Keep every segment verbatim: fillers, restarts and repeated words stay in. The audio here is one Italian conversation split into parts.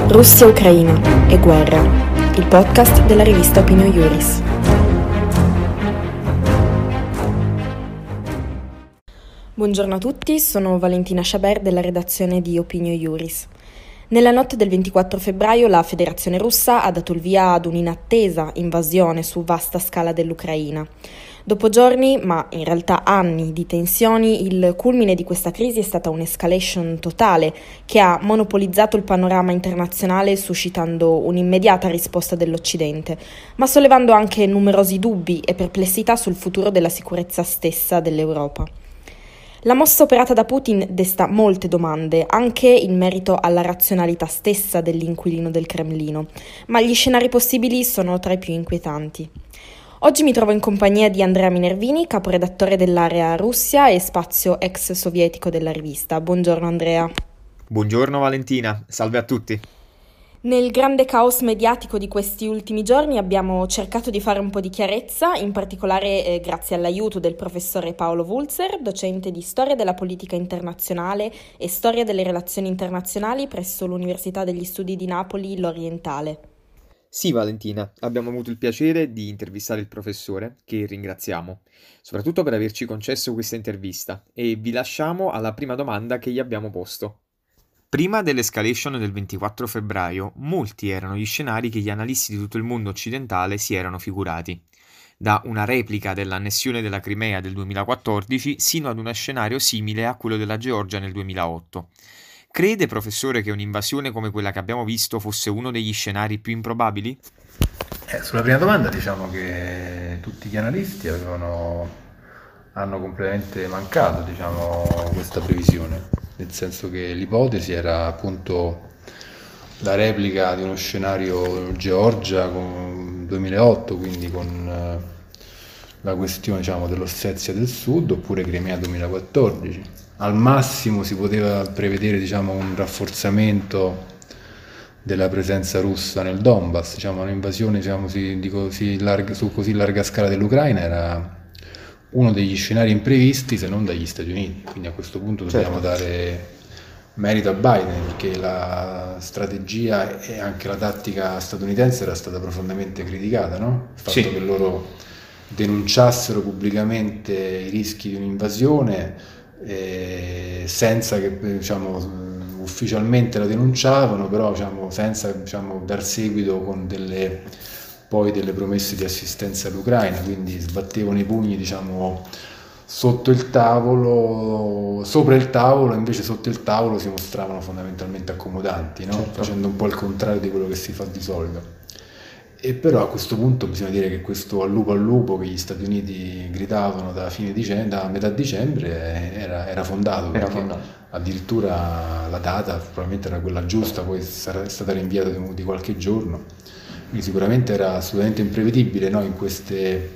Russia-Ucraina e guerra, il podcast della rivista Opinio Iuris. Buongiorno a tutti, sono Valentina Schaber della redazione di Opinio Iuris. Nella notte del ventiquattro febbraio la Federazione Russa ha dato il via ad un'inattesa invasione su vasta scala dell'Ucraina. Dopo giorni, ma in realtà anni di tensioni, il culmine di questa crisi è stata un'escalation totale che ha monopolizzato il panorama internazionale suscitando un'immediata risposta dell'Occidente, ma sollevando anche numerosi dubbi e perplessità sul futuro della sicurezza stessa dell'Europa. La mossa operata da Putin desta molte domande, anche in merito alla razionalità stessa dell'inquilino del Cremlino, ma gli scenari possibili sono tra i più inquietanti. Oggi mi trovo in compagnia di Andrea Minervini, caporedattore dell'area Russia e spazio ex sovietico della rivista. Buongiorno Andrea. Buongiorno Valentina, salve a tutti. Nel grande caos mediatico di questi ultimi giorni abbiamo cercato di fare un po' di chiarezza, in particolare eh, grazie all'aiuto del professore Paolo Wulzer, docente di Storia della Politica Internazionale e Storia delle Relazioni Internazionali presso l'Università degli Studi di Napoli L'Orientale. Sì Valentina, abbiamo avuto il piacere di intervistare il professore, che ringraziamo, soprattutto per averci concesso questa intervista, e vi lasciamo alla prima domanda che gli abbiamo posto. Prima dell'escalation del ventiquattro febbraio, molti erano gli scenari che gli analisti di tutto il mondo occidentale si erano figurati, da una replica dell'annessione della Crimea del duemilaquattordici sino ad uno scenario simile a quello della Georgia nel duemilaotto. Crede, professore, che un'invasione come quella che abbiamo visto fosse uno degli scenari più improbabili? Eh, sulla prima domanda diciamo che tutti gli analisti avevano, hanno completamente mancato diciamo, questa previsione, nel senso che l'ipotesi era appunto la replica di uno scenario Georgia con duemilaotto, quindi con eh, la questione diciamo, dell'Ossetia del Sud, oppure Crimea duemilaquattordici. Al massimo si poteva prevedere diciamo, un rafforzamento della presenza russa nel Donbass, diciamo, un'invasione diciamo, di così larga, su così larga scala dell'Ucraina era uno degli scenari imprevisti, se non dagli Stati Uniti. Quindi a questo punto dobbiamo certo. dare merito a Biden, perché la strategia e anche la tattica statunitense era stata profondamente criticata, no? Il fatto sì. che loro denunciassero pubblicamente i rischi di un'invasione eh, senza che diciamo, ufficialmente la denunciavano, però diciamo, senza diciamo, dar seguito con delle, poi delle promesse di assistenza all'Ucraina, quindi sbattevano i pugni diciamo, sotto il tavolo, sopra il tavolo, invece sotto il tavolo si mostravano fondamentalmente accomodanti, no? Certo. Facendo un po' il contrario di quello che si fa di solito. E però a questo punto bisogna dire che questo al lupo al lupo che gli Stati Uniti gridavano da fine dicembre, da metà dicembre era, era fondato, perché era fondato. Addirittura la data probabilmente era quella giusta, poi sarà stata rinviata di, di qualche giorno, quindi sicuramente era assolutamente imprevedibile, no? In queste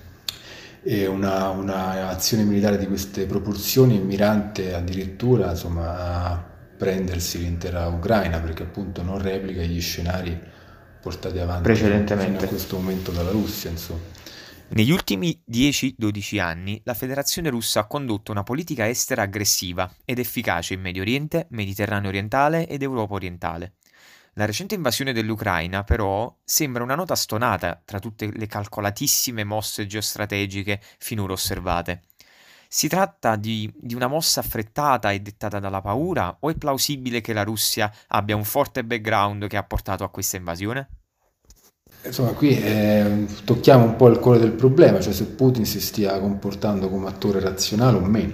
eh, una, una azione militare di queste proporzioni mirante addirittura insomma, a prendersi l'intera Ucraina, perché appunto non replica gli scenari portati avanti precedentemente fino a questo momento dalla Russia, insomma. Negli ultimi dieci dodici anni la Federazione Russa ha condotto una politica estera aggressiva ed efficace in Medio Oriente, Mediterraneo orientale ed Europa orientale. La recente invasione dell'Ucraina, però, sembra una nota stonata tra tutte le calcolatissime mosse geostrategiche finora osservate. Si tratta di, di una mossa affrettata e dettata dalla paura, o è plausibile che la Russia abbia un forte background che ha portato a questa invasione? Insomma, qui eh, tocchiamo un po' il cuore del problema, cioè se Putin si stia comportando come attore razionale o meno,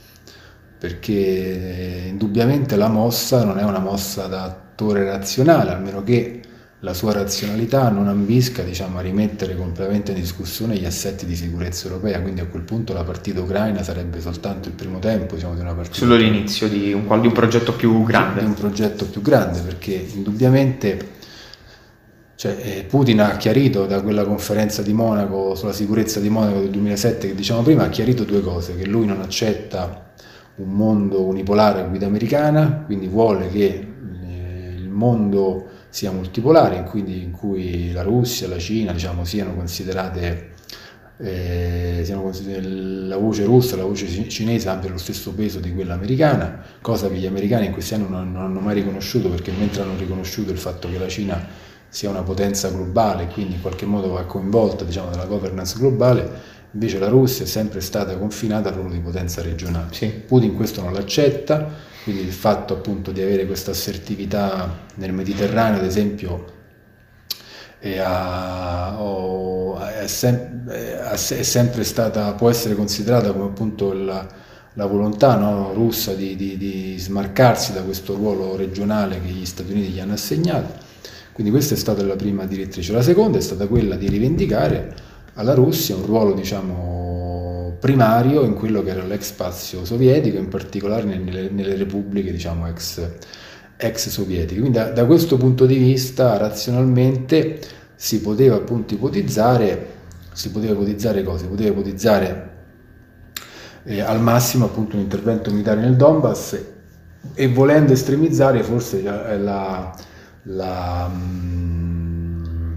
perché eh, indubbiamente la mossa non è una mossa da attore razionale, almeno che la sua razionalità non ambisca diciamo, a rimettere completamente in discussione gli assetti di sicurezza europea, quindi a quel punto la partita ucraina sarebbe soltanto il primo tempo diciamo, di una partita. Solo l'inizio di un, di un progetto più grande. Di un progetto più grande, perché indubbiamente cioè, eh, Putin ha chiarito da quella conferenza di Monaco sulla sicurezza di Monaco del duemilasette che diciamo prima, ha chiarito due cose: che lui non accetta un mondo unipolare a guida americana, quindi vuole che eh, il mondo sia multipolare, quindi in cui la Russia e la Cina diciamo, siano considerate eh, siano considerati- la voce russa e la voce ci- cinese abbiano lo stesso peso di quella americana, cosa che gli americani in questi anni non, non hanno mai riconosciuto, perché mentre hanno riconosciuto il fatto che la Cina sia una potenza globale e quindi in qualche modo va coinvolta, diciamo, nella governance globale, invece la Russia è sempre stata confinata al ruolo di potenza regionale. Sì. Putin questo non l'accetta, quindi il fatto appunto di avere questa assertività nel Mediterraneo, ad esempio, è, a- o- è sem- è se- è sempre stata, può essere considerata come appunto la, la volontà, no, russa di, di- di smarcarsi da questo ruolo regionale che gli Stati Uniti gli hanno assegnato. Quindi questa è stata la prima direttrice. La seconda è stata quella di rivendicare alla Russia un ruolo, diciamo, primario in quello che era l'ex spazio sovietico, in particolare nelle, nelle repubbliche, diciamo, ex, ex sovietiche. Quindi da, da questo punto di vista, razionalmente, si poteva appunto ipotizzare, si poteva ipotizzare cosa? Si poteva ipotizzare eh, al massimo appunto un intervento militare nel Donbass e, e volendo estremizzare forse la, la, la, mm,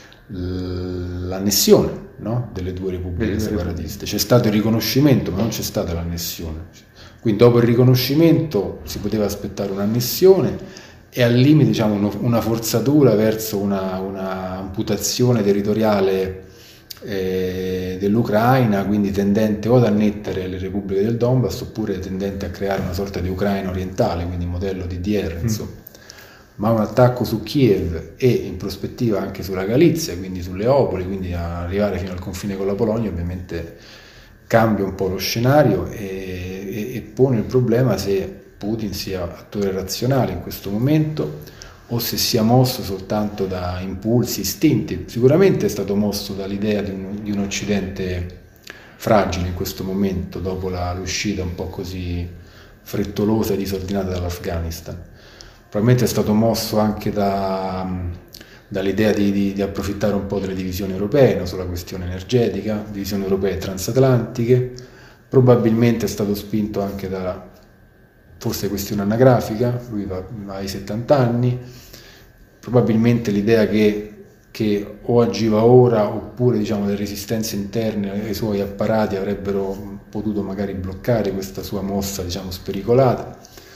l'annessione, no? Delle due repubbliche Delle due separatiste. C'è stato il riconoscimento, ma non c'è stata l'annessione. Quindi dopo il riconoscimento si poteva aspettare un'annessione e al limite, diciamo, uno- una forzatura verso una, una amputazione territoriale eh, dell'Ucraina, quindi tendente o ad annettere le repubbliche del Donbass oppure tendente a creare una sorta di Ucraina orientale, quindi modello D D R, insomma. Ma un attacco su Kiev e in prospettiva anche sulla Galizia, quindi sulle Opole, quindi a arrivare fino al confine con la Polonia, ovviamente cambia un po' lo scenario e, e- e pone il problema se Putin sia attore razionale in questo momento o se sia mosso soltanto da impulsi, istinti. Sicuramente è stato mosso dall'idea di un, di un Occidente fragile in questo momento, dopo la- l'uscita un po' così frettolosa e disordinata dall'Afghanistan. Probabilmente è stato mosso anche da, dall'idea di, di- di approfittare un po' delle divisioni europee, no, sulla questione energetica, divisioni europee transatlantiche. Probabilmente è stato spinto anche da forse questione anagrafica, lui va, va ai settanta anni, probabilmente l'idea che, che o agiva ora oppure, diciamo, le resistenze interne ai suoi apparati avrebbero potuto magari bloccare questa sua mossa, diciamo, spericolata.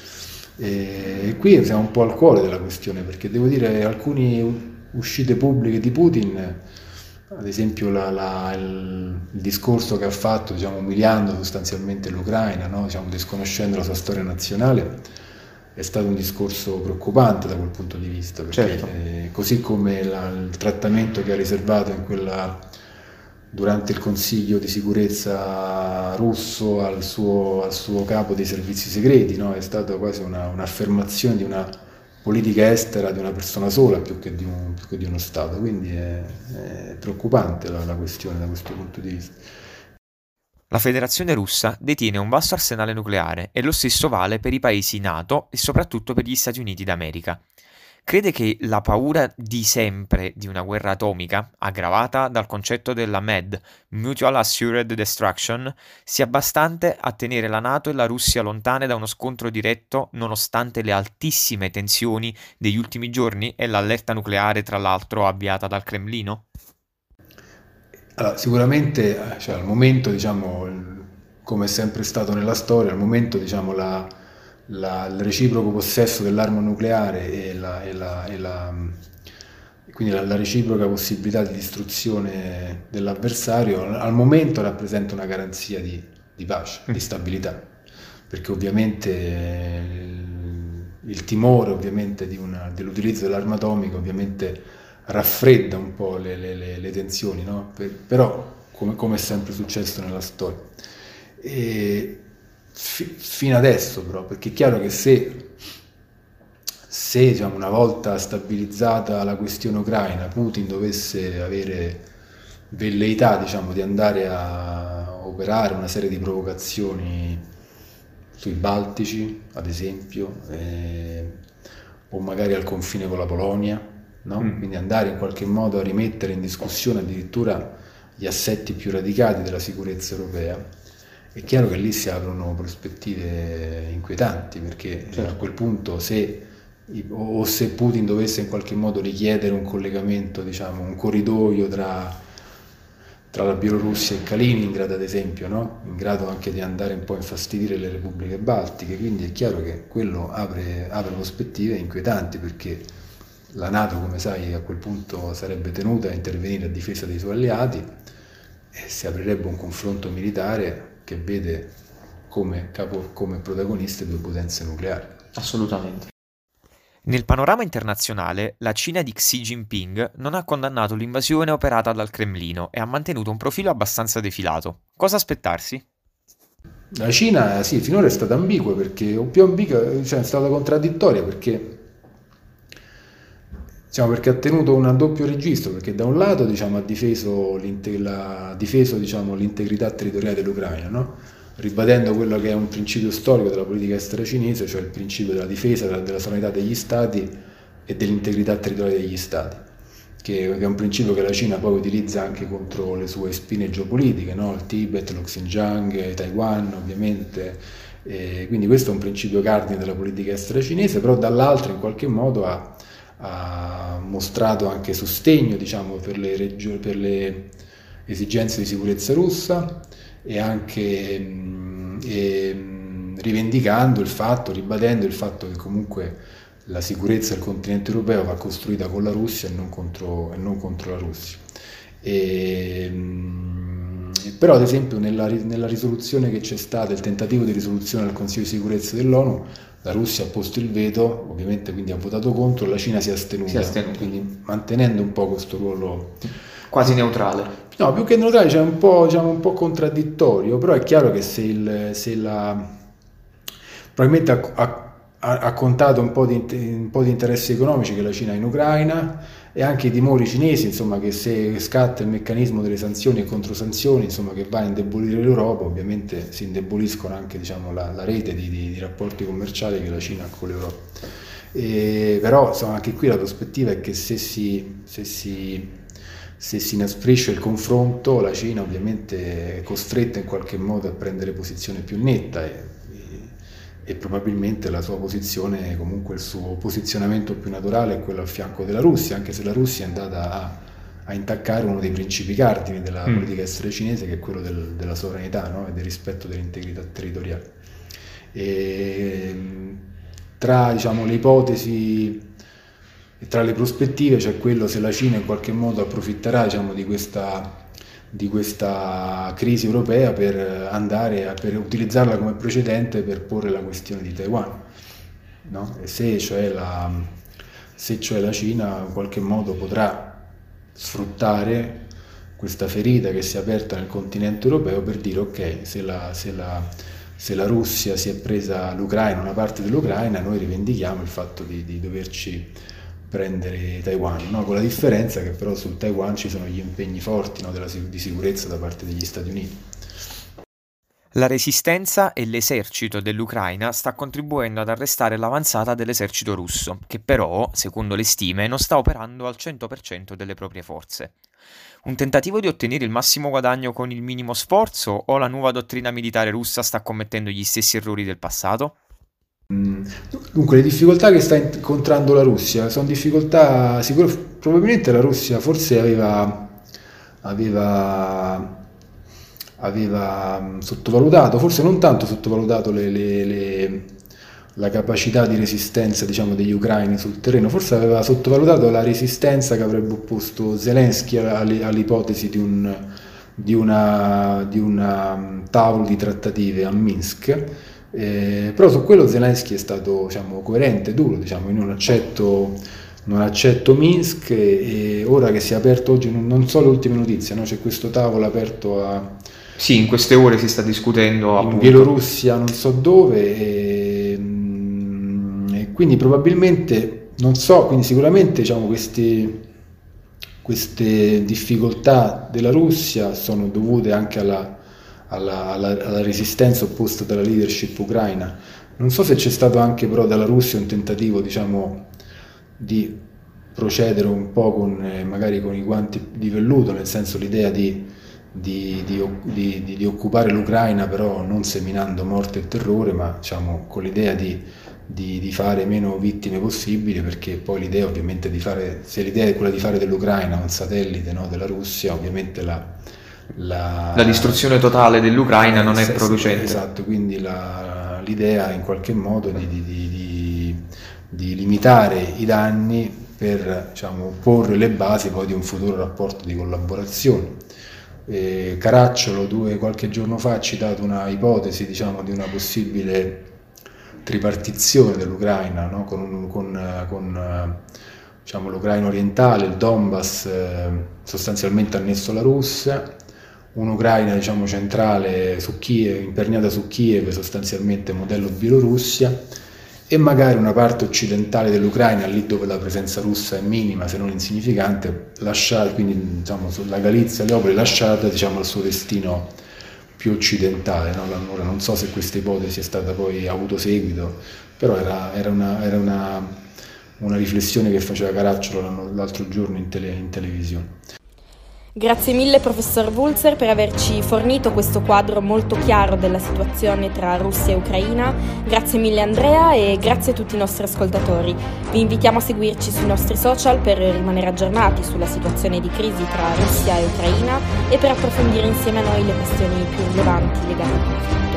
E qui siamo un po' al cuore della questione, perché devo dire alcune uscite pubbliche di Putin, ad esempio la- la- il, il discorso che ha fatto, diciamo, umiliando sostanzialmente l'Ucraina, no? Diciamo, disconoscendo la sua storia nazionale, è stato un discorso preoccupante da quel punto di vista, perché Certo. eh, così come la- il trattamento che ha riservato in quella, durante il Consiglio di sicurezza russo al suo, al suo capo dei servizi segreti, no? È stata quasi una- un'affermazione di una politica estera di una persona sola più che di, un- più che di uno Stato, quindi è, è preoccupante la, la questione da questo punto di vista. La Federazione Russa detiene un vasto arsenale nucleare e lo stesso vale per i paesi NATO e soprattutto per gli Stati Uniti d'America. Crede che la paura di sempre di una guerra atomica, aggravata dal concetto della M A D, Mutual Assured Destruction, sia bastante a tenere la NATO e la Russia lontane da uno scontro diretto nonostante le altissime tensioni degli ultimi giorni e l'allerta nucleare, tra l'altro, avviata dal Cremlino? Allora, sicuramente, eh, cioè, al momento, diciamo, il- come è sempre stato nella storia, al momento, diciamo, la- la- il reciproco possesso dell'arma nucleare e la, e la- e la- quindi la, la reciproca possibilità di distruzione dell'avversario, al al momento rappresenta una garanzia di, di pace, di stabilità, perché ovviamente eh, il, il timore ovviamente di una- dell'utilizzo dell'arma atomica ovviamente raffredda un po' le, le- le- le tensioni, no? Per- però, come, come è sempre successo nella storia. E fi- fino adesso, però, perché è chiaro che se, se diciamo, una volta stabilizzata la questione ucraina, Putin dovesse avere velleità, diciamo, di andare a operare una serie di provocazioni sui Baltici, ad esempio, eh, o magari al confine con la Polonia, no? Mm. Quindi andare in qualche modo a rimettere in discussione addirittura gli assetti più radicati della sicurezza europea, è chiaro che lì si aprono prospettive inquietanti, perché Certo. a quel punto se o se Putin dovesse in qualche modo richiedere un collegamento, diciamo, un corridoio tra, tra la Bielorussia e Kaliningrad, ad esempio, no? In grado anche di andare un po' a infastidire le repubbliche baltiche, quindi è chiaro che quello apre, apre prospettive inquietanti, perché la NATO, come sai, a quel punto sarebbe tenuta a intervenire a difesa dei suoi alleati e si aprirebbe un confronto militare che vede come, capo, come protagoniste due potenze nucleari. Assolutamente. Nel panorama internazionale, la Cina di Xi Jinping non ha condannato l'invasione operata dal Cremlino e ha mantenuto un profilo abbastanza defilato. Cosa aspettarsi? La Cina, sì, finora è stata ambigua, perché, o più ambigua, cioè è stata contraddittoria, perché, diciamo, perché ha tenuto un doppio registro, perché da un lato, diciamo, ha difeso, la, ha difeso diciamo, l'integrità territoriale dell'Ucraina, no? Ribadendo quello che è un principio storico della politica estera cinese, cioè il principio della difesa della, della sovranità degli stati e dell'integrità territoriale degli stati, che è un principio che la Cina poi utilizza anche contro le sue spine geopolitiche, no? Il Tibet, lo Xinjiang, Taiwan ovviamente, e quindi questo è un principio cardine della politica estera cinese, però dall'altro in qualche modo ha, ha mostrato anche sostegno, diciamo, per le, regio- per le esigenze di sicurezza russa, e anche mh, e, mh, rivendicando il fatto, ribadendo il fatto che comunque la sicurezza del continente europeo va costruita con la Russia e non contro, e non contro la Russia. E, mh, però ad esempio nella, nella risoluzione che c'è stata, il tentativo di risoluzione al Consiglio di sicurezza dell'ONU, la Russia ha posto il veto, ovviamente, quindi ha votato contro, la Cina si è astenuta, si è astenuta. Quindi mantenendo un po' questo ruolo quasi neutrale. No, più che neutrale, cioè un po', diciamo, un po' contraddittorio, però è chiaro che se, il, se la... probabilmente ha, ha, ha contato un po, di, un po' di interessi economici che la Cina ha in Ucraina, e anche i timori cinesi, insomma, che se scatta il meccanismo delle sanzioni e controsanzioni, insomma, che va a indebolire l'Europa, ovviamente si indeboliscono anche, diciamo, la, la rete di, di, di rapporti commerciali che la Cina ha con l'Europa. E, però insomma, anche qui la prospettiva è che se si... Se si Se si inasprisce il confronto, la Cina ovviamente è costretta in qualche modo a prendere posizione più netta, e, e, e probabilmente la sua posizione, comunque il suo posizionamento più naturale è quello a fianco della Russia, anche se la Russia è andata a, a intaccare uno dei principi cardini della mm. politica estera cinese, che è quello del, della sovranità, no? E del rispetto dell'integrità territoriale. E, tra, diciamo, le ipotesi... E tra le prospettive c'è quello se la Cina in qualche modo approfitterà, diciamo, di questa, di questa crisi europea per andare a, per utilizzarla come precedente per porre la questione di Taiwan, no? E se cioè, la, se cioè la Cina in qualche modo potrà sfruttare questa ferita che si è aperta nel continente europeo per dire ok, se la, se la, se la Russia si è presa l'Ucraina, una parte dell'Ucraina, noi rivendichiamo il fatto di, di doverci prendere Taiwan, no? Con la differenza che però sul Taiwan ci sono gli impegni forti, no, della, di sicurezza da parte degli Stati Uniti. La resistenza e l'esercito dell'Ucraina sta contribuendo ad arrestare l'avanzata dell'esercito russo, che però, secondo le stime, non sta operando al cento per cento delle proprie forze. Un tentativo di ottenere il massimo guadagno con il minimo sforzo, o la nuova dottrina militare russa sta commettendo gli stessi errori del passato? Dunque, le difficoltà che sta incontrando la Russia sono difficoltà sicuro, probabilmente la Russia forse aveva, aveva, aveva sottovalutato, forse non tanto sottovalutato le, le, le, la capacità di resistenza, diciamo, degli ucraini sul terreno, forse aveva sottovalutato la resistenza che avrebbe opposto Zelensky all'ipotesi di un, di una, di una tavolo di trattative a Minsk. Eh, però su quello Zelensky è stato, diciamo, coerente, duro, diciamo, io non accetto, non accetto Minsk, e, e ora che si è aperto oggi, non, non so le ultime notizie, no? C'è questo tavolo aperto a... Sì, in queste ore si sta discutendo in Bielorussia, non so dove, e, e quindi probabilmente, non so, quindi sicuramente, diciamo, questi, queste difficoltà della Russia sono dovute anche alla Alla, alla, alla resistenza opposta dalla leadership ucraina. Non so se c'è stato anche però dalla Russia un tentativo, diciamo, di procedere un po' con eh, magari con i guanti di velluto, nel senso l'idea di, di, di, di, di occupare l'Ucraina, però non seminando morte e terrore, ma, diciamo, con l'idea di, di, di fare meno vittime possibili, perché poi l'idea ovviamente di fare, se l'idea è quella di fare dell'Ucraina un satellite, no, della Russia, ovviamente la la, la distruzione totale dell'Ucraina non è sì, producente. Esatto, quindi la, l'idea in qualche modo di, di, di, di, di limitare i danni per, diciamo, porre le basi poi di un futuro rapporto di collaborazione. Eh, Caracciolo due, qualche giorno fa ha citato una ipotesi, diciamo, di una possibile tripartizione dell'Ucraina, no? con, con, con diciamo, l'Ucraina orientale, il Donbass eh, sostanzialmente annesso alla Russia, un'Ucraina, diciamo, centrale su Kiev, imperniata su Kiev, sostanzialmente modello Bielorussia, e magari una parte occidentale dell'Ucraina, lì dove la presenza russa è minima se non insignificante, lasciata, quindi diciamo, la Galizia, le opere lasciate, diciamo, al suo destino più occidentale. No? Ora non so se questa ipotesi è stata poi ha avuto seguito, però era, era, una, era una, una riflessione che faceva Caracciolo l'altro giorno in, tele, in televisione. Grazie mille professor Wulzer per averci fornito questo quadro molto chiaro della situazione tra Russia e Ucraina. Grazie mille Andrea e grazie a tutti i nostri ascoltatori. Vi invitiamo a seguirci sui nostri social per rimanere aggiornati sulla situazione di crisi tra Russia e Ucraina e per approfondire insieme a noi le questioni più rilevanti legate al conflitto.